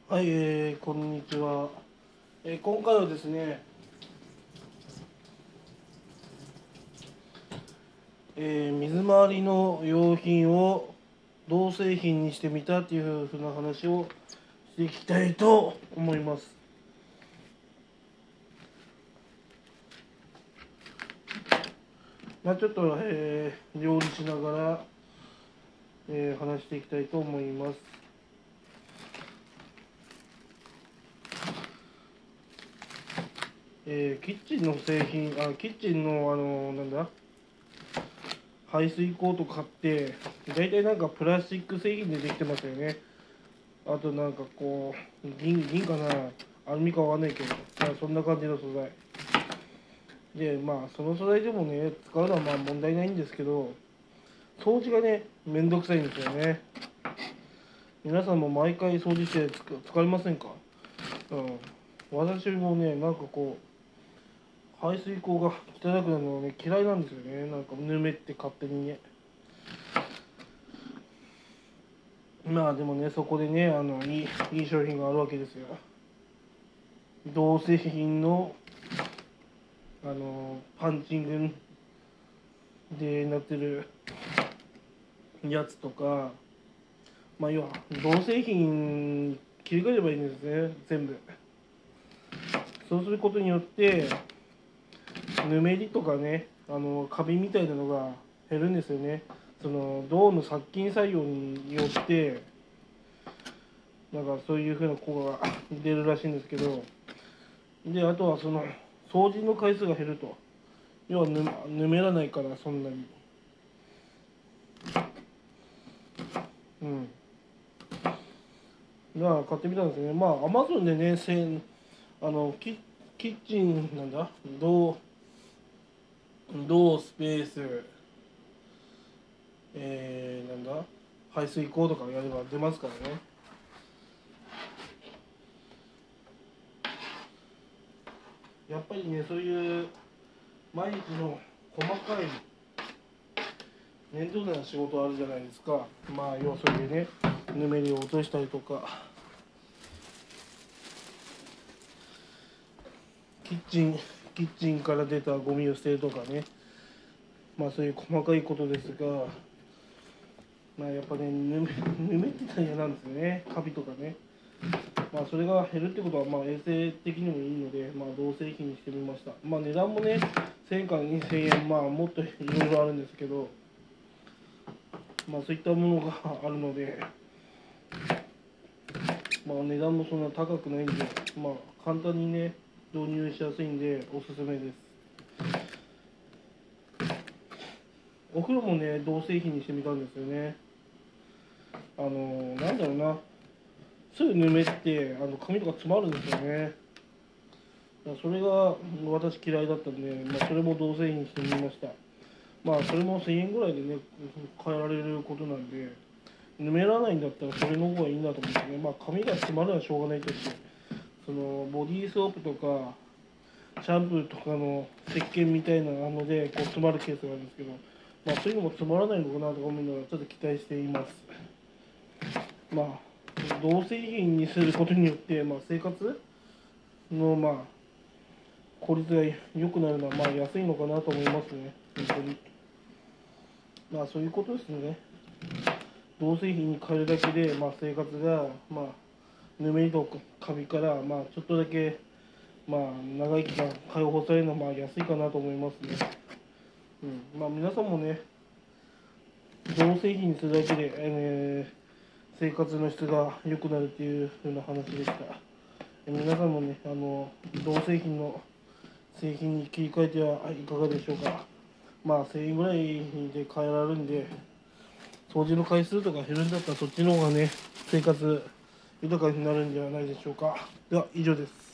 はい、こんにちは。今回はですね、水回りの用品を銅製品にしてみたっていうふうな話をしていきたいと思います。ちょっと、料理しながら、話していきたいと思います。キッチンの製品、キッチンの排水口とか買って、大体なんかプラスチック製品でできてますよね。あとなんかこう、銀かな、アルミかわかんないけど、そんな感じの素材。で、その素材でもね、使うのは問題ないんですけど、掃除がね、めんどくさいんですよね。皆さんも毎回掃除して疲れませんか？うん。私もね、なんかこう、排水口が汚くなるのね、嫌いなんですよね。なんかぬめって勝手にね。でもね、そこでね、いい商品があるわけですよ。銅製品の、パンチングでなってるやつとか、要は銅製品に切り替えればいいんですね、全部。そうすることによってぬめりとかね、カビみたいなのが減るんですよね。その銅の殺菌作用によってなんかそういう風な効果が出るらしいんですけど、であとはその掃除の回数が減ると。要はぬめらないから、そんなに。うん。買ってみたんですね。アマゾンでね、あのキキッチン銅スペース、排水口とかやれば出ますからね。やっぱりね、そういう毎日の細かい面倒な仕事あるじゃないですか。要はそれでね、ぬめりを落としたりとか、キッチンキッチンから出たゴミを捨てるとかね、そういう細かいことですが、やっぱね、ぬめってたら嫌なんですよね、カビとかね。それが減るってことは、衛生的にもいいので、銅製品にしてみました。値段もね、1000円から2000円、もっといろいろあるんですけど、そういったものがあるので、値段もそんな高くないんで、簡単にね、導入しやすいんで、おすすめです。お風呂もね、銅製品にしてみたんですよね。なんだろうな、すぐぬめって髪とか詰まるんですよね。それが私嫌いだったんで、それも銅製品にしてみました。それも1000円ぐらいでね、変えられることなんで、ぬめらないんだったらそれの方がいいなと思ってね。髪が詰まるのはしょうがないとして、そのボディーソープとかシャンプーとかの石鹸みたいなのでこう詰まるケースがあるんですけど、そういうのも詰まらないのかなとか思うのはちょっと期待しています。銅製品にすることによって、生活の効率が良くなるのは安いのかなと思いますね、本当に。そういうことですね。銅製品に変えるだけで、生活が、ぬめりとカビから、ちょっとだけ、長い期間解放されるのは安いかなと思いますね。皆さんもね、銅製品にするだけで、生活の質が良くなるっていう風な話でした。皆さんもね、銅製品の製品に切り替えてはいかがでしょうか。1000円ぐらいで変えられるんで、掃除の回数とか減るんだったらそっちの方がね、生活豊かになるんではないでしょうか。では以上です。